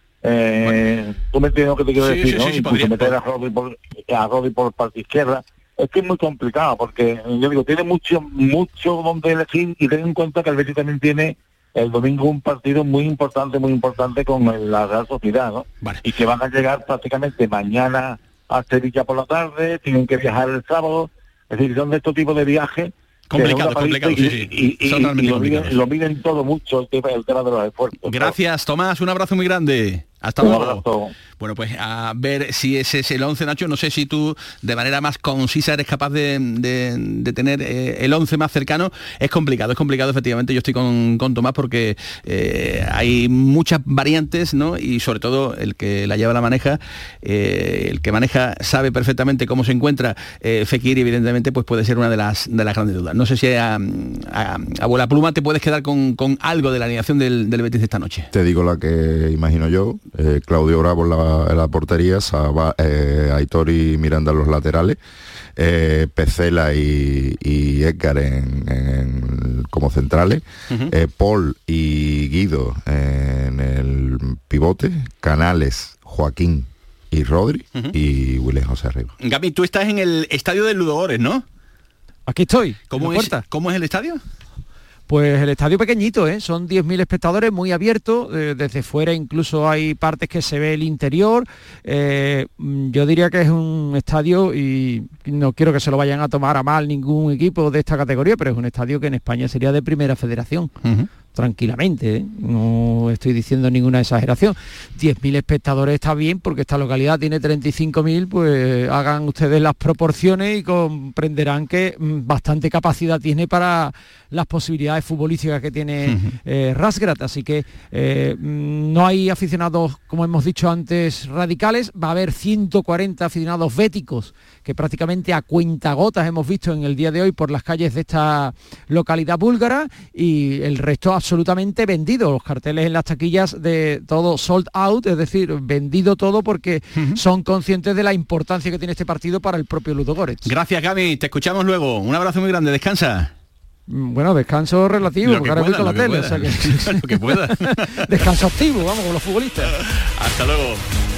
Eh, bueno. Tú me entiendes lo que te quiero sí, decir, sí, ¿no? Sí, sí, incluso meter a Rodri por, a Rodri por parte izquierda. Es que es muy complicado, porque yo digo, tiene mucho mucho donde elegir, y ten en cuenta que el Betis también tiene el domingo un partido muy importante, muy importante con la Real Sociedad, ¿no? Vale. Y que van a llegar prácticamente mañana a Sevilla por la tarde, tienen que viajar el sábado, es decir, son de estos tipos de viajes complicado, complicado, y, sí, sí. Y, y, y lo, miden, lo miden todo mucho el tema, el tema de los esfuerzos. Gracias, Tomás, un abrazo muy grande. Hasta luego. Bueno, pues a ver si ese es el once, Nacho. No sé si tú de manera más concisa eres capaz de, de, de tener eh, el once más cercano. Es complicado, es complicado, efectivamente. Yo estoy con, con Tomás porque eh, hay muchas variantes, ¿no? Y sobre todo el que la lleva la maneja, eh, el que maneja sabe perfectamente cómo se encuentra eh, Fekir, y evidentemente pues puede ser una de las de las grandes dudas. No sé si a, a, a bola pluma te puedes quedar con, con algo de la alineación del, del Betis de esta noche. Te digo la que imagino yo. Eh, Claudio Bravo en la, en la portería, Saba, eh, Aitor y Miranda en los laterales, eh, Petzela y, y Edgar en, en, como centrales, uh-huh. eh, Paul y Guido en el pivote, Canales, Joaquín y Rodri, uh-huh. y William José arriba. Gaby, tú estás en el estadio de Ludogorets, ¿no? Aquí estoy. ¿Cómo es, ¿Cómo es el estadio? Pues el estadio pequeñito, ¿eh? Son diez mil espectadores, muy abierto, eh, desde fuera incluso hay partes que se ve el interior. Eh, yo diría que es un estadio, y no quiero que se lo vayan a tomar a mal ningún equipo de esta categoría, pero es un estadio que en España sería de primera federación. Uh-huh. tranquilamente, ¿eh? No estoy diciendo ninguna exageración. diez mil espectadores está bien, porque esta localidad tiene treinta y cinco mil, pues hagan ustedes las proporciones y comprenderán que mm, bastante capacidad tiene para las posibilidades futbolísticas que tiene uh-huh. eh, Razgrad. Así que eh, no hay aficionados, como hemos dicho antes, radicales. Va a haber ciento cuarenta aficionados béticos, que prácticamente a cuentagotas hemos visto en el día de hoy por las calles de esta localidad búlgara, y el resto absolutamente vendido, los carteles en las taquillas de todo sold out, es decir, vendido todo, porque uh-huh. son conscientes de la importancia que tiene este partido para el propio Ludogorets. Gracias, Gaby, te escuchamos luego. Un abrazo muy grande, descansa. Bueno, descanso relativo, porque ahora voy con la tele, o sea que... lo que pueda. Descanso activo, vamos, con los futbolistas. Hasta luego.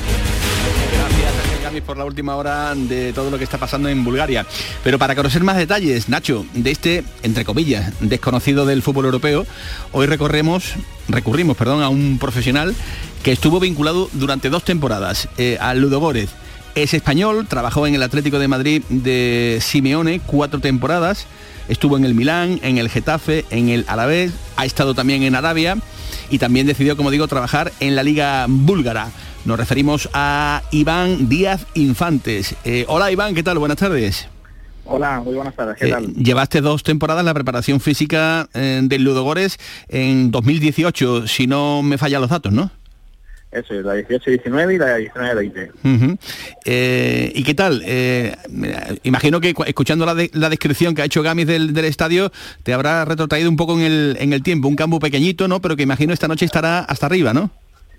Gracias, Gaby, por la última hora de todo lo que está pasando en Bulgaria. Pero para conocer más detalles, Nacho, de este, entre comillas, desconocido del fútbol europeo, hoy recorremos, recurrimos, perdón, a un profesional que estuvo vinculado durante dos temporadas eh, al Ludogorets. Es español, trabajó en el Atlético de Madrid de Simeone cuatro temporadas, estuvo en el Milán, en el Getafe, en el Alavés, ha estado también en Arabia y también decidió, como digo, trabajar en la Liga Búlgara. Nos referimos a Iván Díaz Infantes. Eh, hola Iván, ¿qué tal? Buenas tardes. Hola, muy buenas tardes, ¿qué eh, tal? Llevaste dos temporadas la preparación física eh, del Ludogorets en dos mil dieciocho, si no me fallan los datos, ¿no? Eso es, la dieciocho diecinueve y la diecinueve veinte. Uh-huh. Eh, ¿Y qué tal? Eh, imagino que escuchando la, de, la descripción que ha hecho Gamis del, del estadio, te habrá retrotraído un poco en el, en el tiempo. Un campo pequeñito, ¿no? Pero que imagino esta noche estará hasta arriba, ¿no?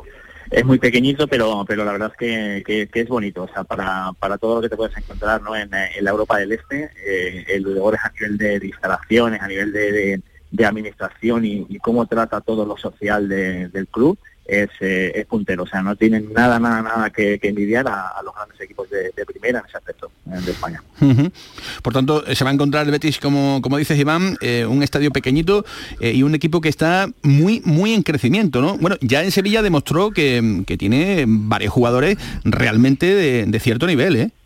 Es muy pequeñito, pero pero la verdad es que, que, que es bonito. O sea, para, para todo lo que te puedes encontrar, ¿no? en, en la Europa del Este, eh, el Ludogorets a nivel de, de instalaciones, a nivel de, de, de administración y, y cómo trata todo lo social de, del club, es, eh, es puntero. O sea, no tienen nada, nada, nada que, que envidiar a, a los grandes equipos de, de primera en ese aspecto, de España. Uh-huh. Por tanto, se va a encontrar el Betis, como, como dices, Iván, eh, un estadio pequeñito eh, y un equipo que está muy, muy en crecimiento, ¿no? Bueno, ya en Sevilla demostró que, que tiene varios jugadores realmente de, de cierto nivel, ¿eh?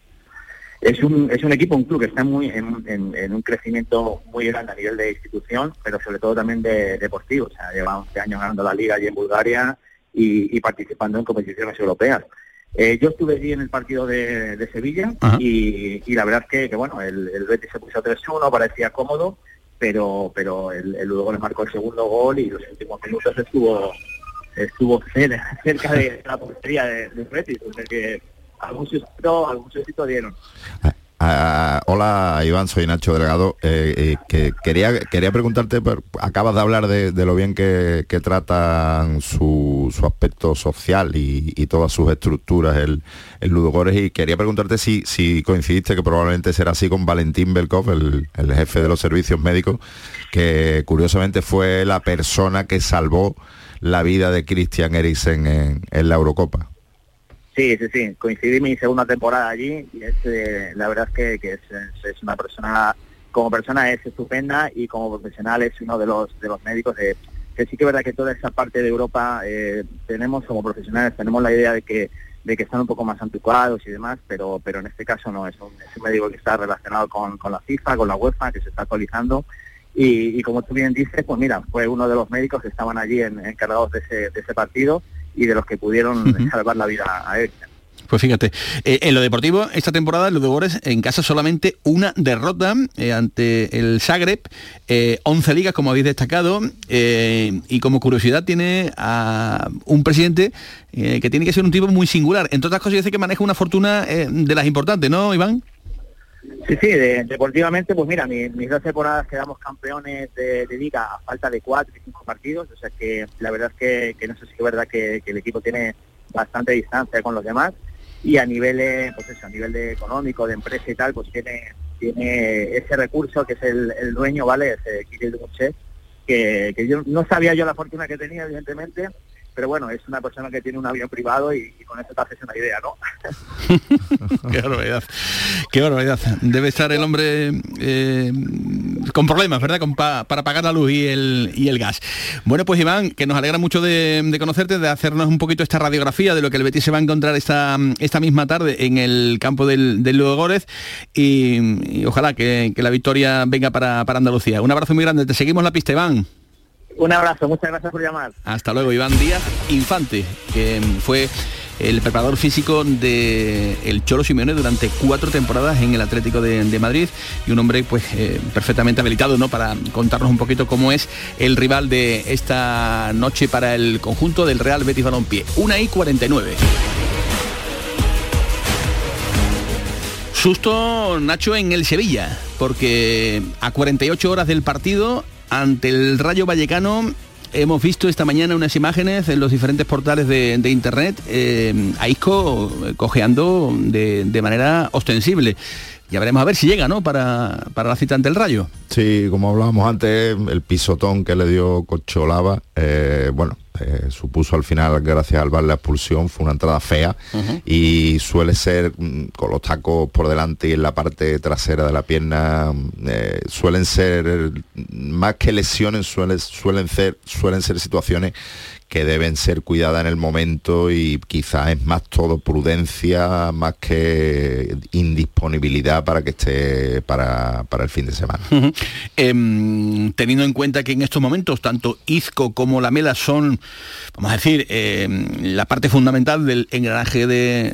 Es un, es un equipo, un club que está muy en, en, en un crecimiento muy grande a nivel de institución, pero sobre todo también de deportivo. O sea, lleva once años ganando la Liga allí en Bulgaria y, y participando en competiciones europeas. Eh, yo estuve allí en el partido de, de Sevilla y, y la verdad es que, que bueno, el, el Betis se puso tres uno, parecía cómodo, pero pero el, el Ludogorets marcó el segundo gol y los últimos minutos estuvo estuvo cerca, cerca de la portería del de Betis, o sea que algún sustito, algún sustito dieron. Uh, hola Iván, soy Nacho Delgado. Eh, eh, que quería quería preguntarte, pero acabas de hablar de, de lo bien que, que tratan su, su aspecto social y, y todas sus estructuras el, el Ludogorets, y quería preguntarte si, si coincidiste, que probablemente será así, con Valentín Belkov, el, el jefe de los servicios médicos, que curiosamente fue la persona que salvó la vida de Christian Eriksen en, en la Eurocopa. Sí, sí, sí, coincidí mi segunda temporada allí y es, eh, la verdad es que, que es, es una persona, como persona es estupenda y como profesional es uno de los de los médicos de, que sí que es verdad que toda esa parte de Europa eh, tenemos como profesionales, tenemos la idea de que de que están un poco más anticuados y demás, pero pero en este caso no, es un, es un médico que está relacionado con, con la FIFA, con la UEFA, que se está actualizando y, y como tú bien dices, pues mira, fue uno de los médicos que estaban allí en, encargados de ese, de ese partido y de los que pudieron uh-huh. salvar la vida a él. Pues fíjate, eh, en lo deportivo, esta temporada el Ludogorets en casa solamente una derrota eh, ante el Zagreb, eh, once ligas, como habéis destacado, eh, y como curiosidad tiene a un presidente eh, que tiene que ser un tipo muy singular. Entre otras cosas, dice que maneja una fortuna eh, de las importantes, ¿no, Iván? Sí, sí, de, deportivamente, pues mira, mi, mis dos temporadas quedamos campeones de, de liga a falta de cuatro y cinco partidos, o sea que la verdad es que, que no sé si es verdad que, que el equipo tiene bastante distancia con los demás y a nivel, eh, pues eso, a nivel de económico, de empresa y tal, pues tiene tiene ese recurso que es el, el dueño, ¿vale? Ese Kirill Dmuchev, que, que yo no sabía yo la fortuna que tenía, evidentemente, pero bueno, es una persona que tiene un avión privado y, y con eso te haces una idea, ¿no? Qué barbaridad, qué barbaridad. Debe estar el hombre eh, con problemas, ¿verdad? Con pa, para pagar la luz y el, y el gas. Bueno, pues Iván, que nos alegra mucho de, de conocerte, de hacernos un poquito esta radiografía de lo que el Betis se va a encontrar esta, esta misma tarde en el campo del, del Ludogorets y, y ojalá que, que la victoria venga para, para Andalucía. Un abrazo muy grande, te seguimos la pista, Iván. Un abrazo, muchas gracias por llamar. Hasta luego. Iván Díaz Infante, que fue el preparador físico de el Cholo Simeone durante cuatro temporadas en el Atlético de, de Madrid, y un hombre pues eh, perfectamente habilitado, ¿no?, para contarnos un poquito cómo es el rival de esta noche para el conjunto del Real Betis Balompié. una y cuarenta y nueve. Susto, Nacho, en el Sevilla, porque a cuarenta y ocho horas del partido ante el Rayo Vallecano hemos visto esta mañana unas imágenes en los diferentes portales de, de internet, eh, a Isco cojeando de, de manera ostensible. Ya veremos a ver si llega, ¿no?, para, para la cita ante el Rayo. Sí, como hablábamos antes, el pisotón que le dio Cocholava, eh, bueno, eh, supuso al final, gracias al V A R, la expulsión. Fue una entrada fea, uh-huh. y suele ser, con los tacos por delante y en la parte trasera de la pierna, eh, suelen ser, más que lesiones, suelen, suelen, ser, suelen ser situaciones que deben ser cuidadas en el momento, y quizás es más todo prudencia más que indisponibilidad para que esté para, para el fin de semana. Uh-huh. Eh, teniendo en cuenta que en estos momentos tanto Isco como Lamela son, vamos a decir, eh, la parte fundamental del engranaje de,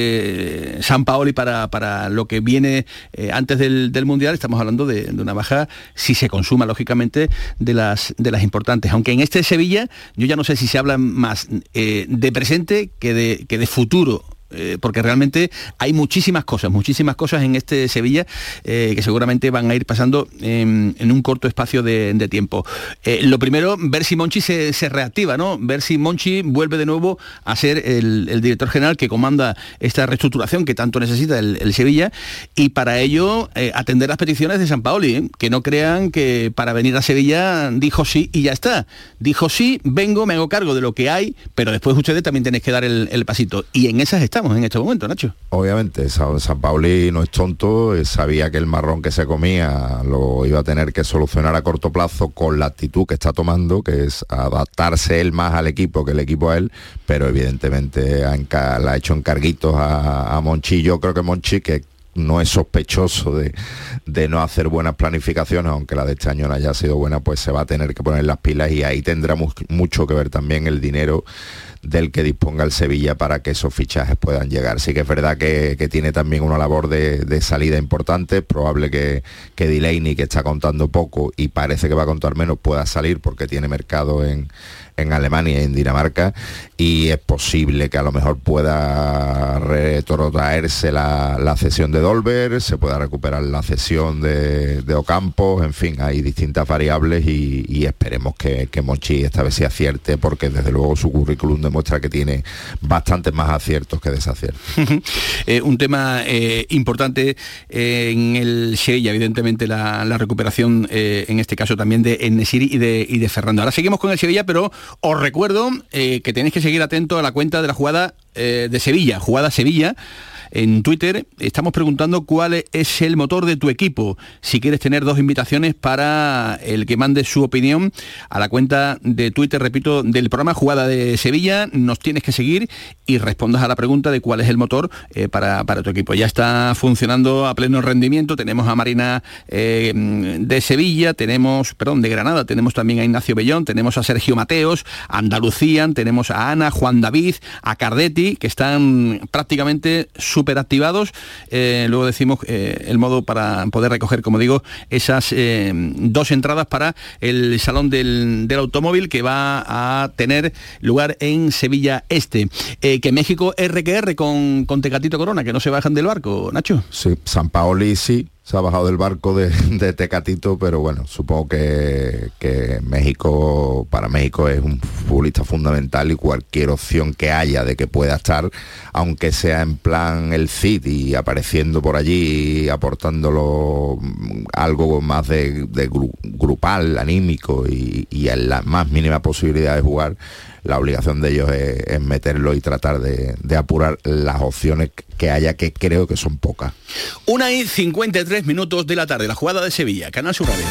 de Sampaoli para, para lo que viene eh, antes del, del Mundial, estamos hablando de, de una baja, si se consuma lógicamente, de las, de las importantes. Aunque en este Sevilla yo ya no sé si se habla más eh, de presente que de, que de futuro. Eh, porque realmente hay muchísimas cosas, muchísimas cosas en este Sevilla eh, que seguramente van a ir pasando en, en un corto espacio de, de tiempo. Eh, lo primero, ver si Monchi se, se reactiva, ¿no? Ver si Monchi vuelve de nuevo a ser el, el director general que comanda esta reestructuración que tanto necesita el, el Sevilla, y para ello eh, atender las peticiones de Sampaoli, ¿eh? Que no crean que para venir a Sevilla dijo sí y ya está. Dijo sí, vengo, me hago cargo de lo que hay, pero después ustedes también tenéis que dar el, el pasito. Y en esas estamos en este momento, Nacho. Obviamente, Sampaoli no es tonto, sabía que el marrón que se comía lo iba a tener que solucionar a corto plazo con la actitud que está tomando, que es adaptarse él más al equipo que el equipo a él, pero evidentemente ha, enca- le ha hecho encarguitos a, a Monchi. Yo creo que Monchi, que no es sospechoso de, de no hacer buenas planificaciones, aunque la de este año no haya sido buena, pues se va a tener que poner las pilas, y ahí tendrá mu- mucho que ver también el dinero del que disponga el Sevilla para que esos fichajes puedan llegar. Sí que es verdad que, que tiene también una labor de, de salida importante. Es probable que, que Delaney, que está contando poco y parece que va a contar menos, pueda salir porque tiene mercado en, en Alemania y en Dinamarca, y es posible que a lo mejor pueda retrotraerse la, la cesión de Dolber, se pueda recuperar la cesión de, de Ocampos. En fin, hay distintas variables, y, y esperemos que, que Monchi esta vez se acierte, porque desde luego su currículum demuestra que tiene bastantes más aciertos que desaciertos. eh, un tema eh, importante eh, en el Sevilla, evidentemente la, la recuperación, eh, en este caso también de En-Nesyri y de, y de Ferrando. Ahora seguimos con el Sevilla, pero os recuerdo eh, que tenéis que seguir atentos a la cuenta de la jugada eh, de Sevilla, Jugada Sevilla. En Twitter estamos preguntando cuál es el motor de tu equipo. Si quieres tener dos invitaciones para el que mande su opinión a la cuenta de Twitter, repito, del programa Jugada de Sevilla, nos tienes que seguir y respondas a la pregunta de cuál es el motor eh, para, para tu equipo. Ya está funcionando a pleno rendimiento. Tenemos a Marina eh, de Sevilla, tenemos, perdón, de Granada, tenemos también a Ignacio Bellón, tenemos a Sergio Mateos, a Andalucía, tenemos a Ana, Juan David, a Cardetti, que están prácticamente súper activados. Eh, luego decimos eh, el modo para poder recoger, como digo, esas eh, dos entradas para el Salón del, del Automóvil, que va a tener lugar en Sevilla Este. Eh, que México R que R con, con Tecatito Corona, que no se bajan del barco, Nacho. Sí, Sampaoli sí se ha bajado del barco de, de Tecatito, pero bueno, supongo que, que México, para México es un futbolista fundamental, y cualquier opción que haya de que pueda estar, aunque sea en plan el Cid y apareciendo por allí, aportándolo algo más de, de gru, grupal, anímico, y, y en la más mínima posibilidad de jugar, la obligación de ellos es, es meterlo y tratar de, de apurar las opciones que haya, que creo que son pocas. Una y cincuenta y tres minutos de la tarde, la jugada de Sevilla, Canal Sur Radio.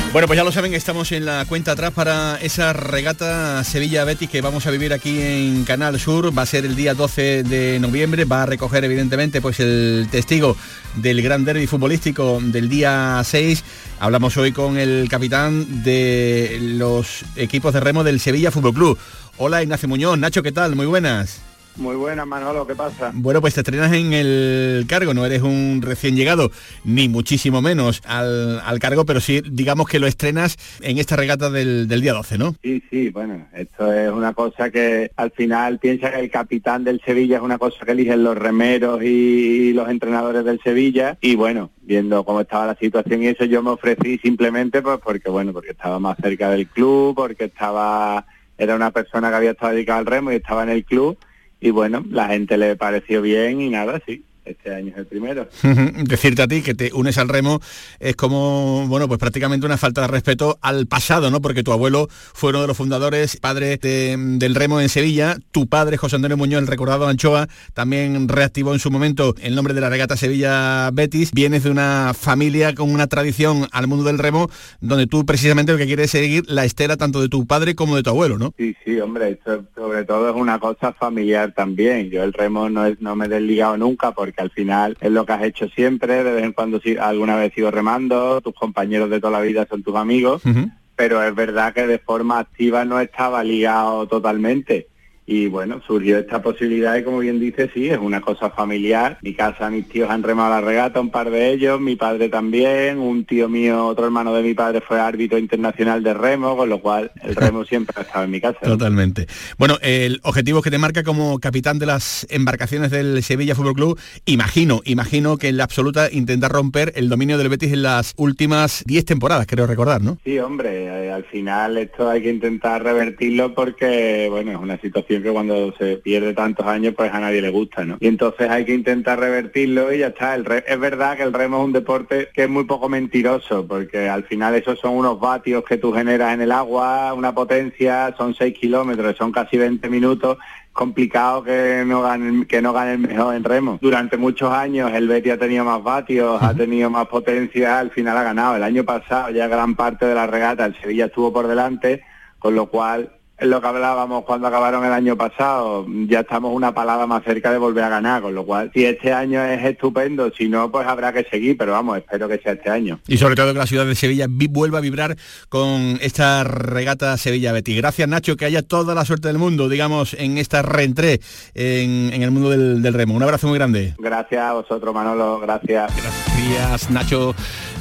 Bueno, pues ya lo saben, estamos en la cuenta atrás para esa regata Sevilla-Betis que vamos a vivir aquí en Canal Sur. Va a ser el día doce de noviembre, va a recoger evidentemente pues el testigo del gran derbi futbolístico del día seis. Hablamos hoy con el capitán de los equipos de remo del Sevilla Fútbol Club. Hola, Ignacio Muñoz. Nacho, ¿qué tal? Muy buenas. Muy buenas, Manolo, ¿qué pasa? Bueno, pues te estrenas en el cargo, no eres un recién llegado, ni muchísimo menos al, al cargo, pero sí, digamos que lo estrenas en esta regata del, del día doce, ¿no? Sí, sí, bueno, esto es una cosa que al final piensa que el capitán del Sevilla es una cosa que eligen los remeros y los entrenadores del Sevilla, y bueno, viendo cómo estaba la situación y eso, yo me ofrecí simplemente pues porque, bueno, porque estaba más cerca del club, porque estaba, era una persona que había estado dedicada al remo y estaba en el club. Y bueno, la gente le pareció bien y nada, sí, este año es el primero. Decirte a ti que te unes al remo es como, bueno, pues prácticamente una falta de respeto al pasado, ¿no? Porque tu abuelo fue uno de los fundadores, padre de, del remo en Sevilla, tu padre, José Antonio Muñoz, el recordado Anchoa, también reactivó en su momento el nombre de la regata Sevilla-Betis. Vienes de una familia con una tradición al mundo del remo, donde tú precisamente lo que quieres es seguir la estela tanto de tu padre como de tu abuelo, ¿no? Sí, sí, hombre, esto sobre todo es una cosa familiar también. Yo el remo no, es, no me he desligado nunca porque al final es lo que has hecho siempre, de vez en cuando si, alguna vez sigo remando, tus compañeros de toda la vida son tus amigos, uh-huh. Pero es verdad que de forma activa no estaba ligado totalmente. Y bueno, surgió esta posibilidad y como bien dice, sí, es una cosa familiar. Mi casa, mis tíos han remado la regata, un par de ellos, mi padre también, un tío mío, otro hermano de mi padre fue árbitro internacional de remo, con lo cual el remo siempre ha estado en mi casa. Totalmente. Bueno, el objetivo que te marca como capitán de las embarcaciones del Sevilla Fútbol Club, imagino, imagino que en la absoluta intentar romper el dominio del Betis en las últimas diez temporadas, creo recordar, ¿no? Sí, hombre, eh, al final esto hay que intentar revertirlo porque, bueno, es una situación que cuando se pierde tantos años pues a nadie le gusta, ¿no? Y entonces hay que intentar revertirlo y ya está. El re- es verdad que el remo es un deporte que es muy poco mentiroso, porque al final esos son unos vatios que tú generas en el agua, una potencia, son seis kilómetros, son casi veinte minutos, complicado que no gane, que no gane el mejor en remo. Durante muchos años el Betis ha tenido más vatios, uh-huh. ha tenido más potencia, al final ha ganado. El año pasado ya gran parte de la regata el Sevilla estuvo por delante, con lo cual es lo que hablábamos cuando acabaron el año pasado, ya estamos una palada más cerca de volver a ganar, con lo cual si este año es estupendo, si no pues habrá que seguir, pero vamos, espero que sea este año. Y sobre todo que la ciudad de Sevilla vi- vuelva a vibrar con esta regata Sevilla-Betis. Gracias, Nacho, que haya toda la suerte del mundo, digamos, en esta reentré en, en el mundo del, del remo. Un abrazo muy grande. Gracias a vosotros, Manolo, gracias. Gracias, Nacho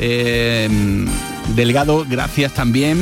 eh, Delgado, gracias también.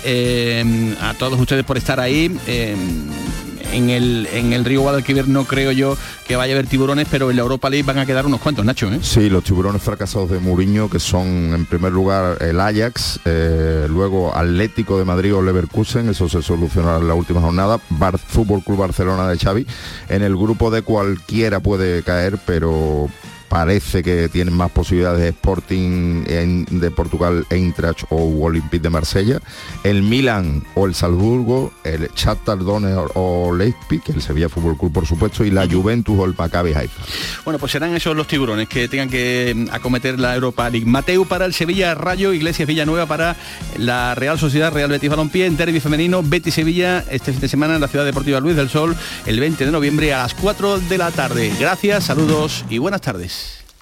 Eh, a todos ustedes por estar ahí. Eh, en el en el río Guadalquivir no creo yo que vaya a haber tiburones, pero en la Europa League van a quedar unos cuantos, Nacho, ¿eh? Sí, los tiburones fracasados de Mourinho, que son en primer lugar el Ajax, eh, luego Atlético de Madrid o Leverkusen, eso se solucionará en la última jornada, Bar Fútbol Club Barcelona de Xavi. En el grupo de cualquiera puede caer, pero parece que tienen más posibilidades Sporting en, de Portugal, Eintracht o Olympique de Marsella, el Milan o el Salzburgo, el Shakhtar Donetsk o Leipzig, el Sevilla Fútbol Club por supuesto, y la Juventus o el Maccabi Haifa. Bueno, pues serán esos los tiburones que tengan que acometer la Europa League. Mateu para el Sevilla, Rayo, Iglesias Villanueva para la Real Sociedad, Real Betis Balompié, en derbi femenino, Betis Sevilla, este fin de semana en la Ciudad Deportiva Luis del Sol, el veinte de noviembre a las cuatro de la tarde. Gracias, saludos y buenas tardes.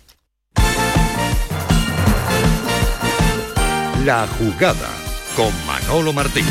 La Jugada con Manolo Martín.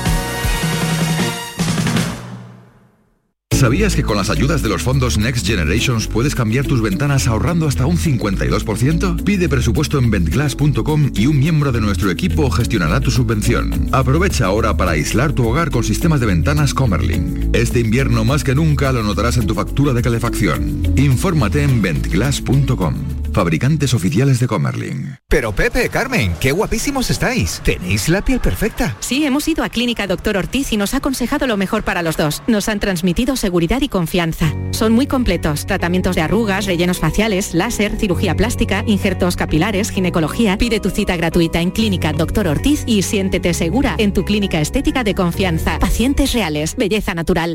¿Sabías que con las ayudas de los fondos Next Generations puedes cambiar tus ventanas ahorrando hasta un cincuenta y dos por ciento? Pide presupuesto en ventglass punto com y un miembro de nuestro equipo gestionará tu subvención. Aprovecha ahora para aislar tu hogar con sistemas de ventanas Comerlin. Este invierno más que nunca lo notarás en tu factura de calefacción. Infórmate en ventglass punto com. Fabricantes oficiales de Comerlin. Pero Pepe, Carmen, qué guapísimos estáis. Tenéis la piel perfecta. Sí, hemos ido a Clínica Doctor Ortiz y nos ha aconsejado lo mejor para los dos. Nos han transmitido seguridad y confianza. Son muy completos. Tratamientos de arrugas, rellenos faciales, láser, cirugía plástica, injertos capilares, ginecología. Pide tu cita gratuita en Clínica Doctor Ortiz y siéntete segura en tu clínica estética de confianza. Pacientes reales, belleza natural.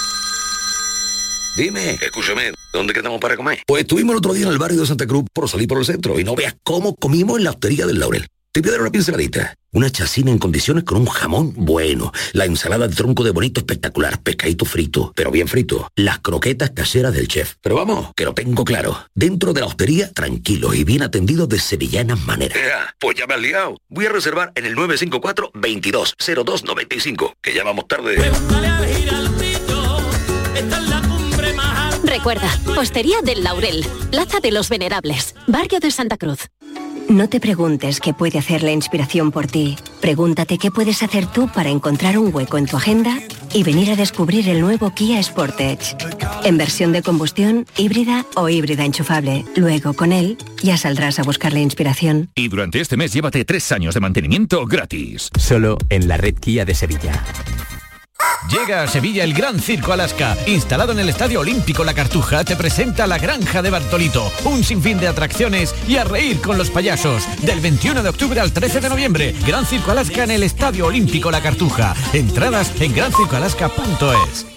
Dime, escúchame, ¿dónde quedamos para comer? Pues estuvimos el otro día en el barrio de Santa Cruz por salir por el centro y no veas cómo comimos en la hostería del Laurel. Te voy a dar una pinceladita. Una chacina en condiciones con un jamón bueno. La ensalada de tronco de bonito espectacular. Pescadito frito, pero bien frito. Las croquetas caseras del chef. Pero vamos, que lo tengo claro. Dentro de la hostería, tranquilo y bien atendido de sevillanas maneras. Ea, pues ya me has liado. Voy a reservar en el nueve cinco cuatro, veintidós, cero dos noventa y cinco. Que ya vamos tarde. Recuerda, Hostería del Laurel, Plaza de los Venerables, Barrio de Santa Cruz. No te preguntes qué puede hacer la inspiración por ti. Pregúntate qué puedes hacer tú para encontrar un hueco en tu agenda y venir a descubrir el nuevo Kia Sportage. En versión de combustión, híbrida o híbrida enchufable. Luego, con él, ya saldrás a buscar la inspiración. Y durante este mes llévate tres años de mantenimiento gratis. Solo en la red Kia de Sevilla. Llega a Sevilla el Gran Circo Alaska. Instalado en el Estadio Olímpico La Cartuja, te presenta La Granja de Bartolito. Un sinfín de atracciones y a reír con los payasos. Del veintiuno de octubre al trece de noviembre. Gran Circo Alaska en el Estadio Olímpico La Cartuja. Entradas en gran circo alaska punto es.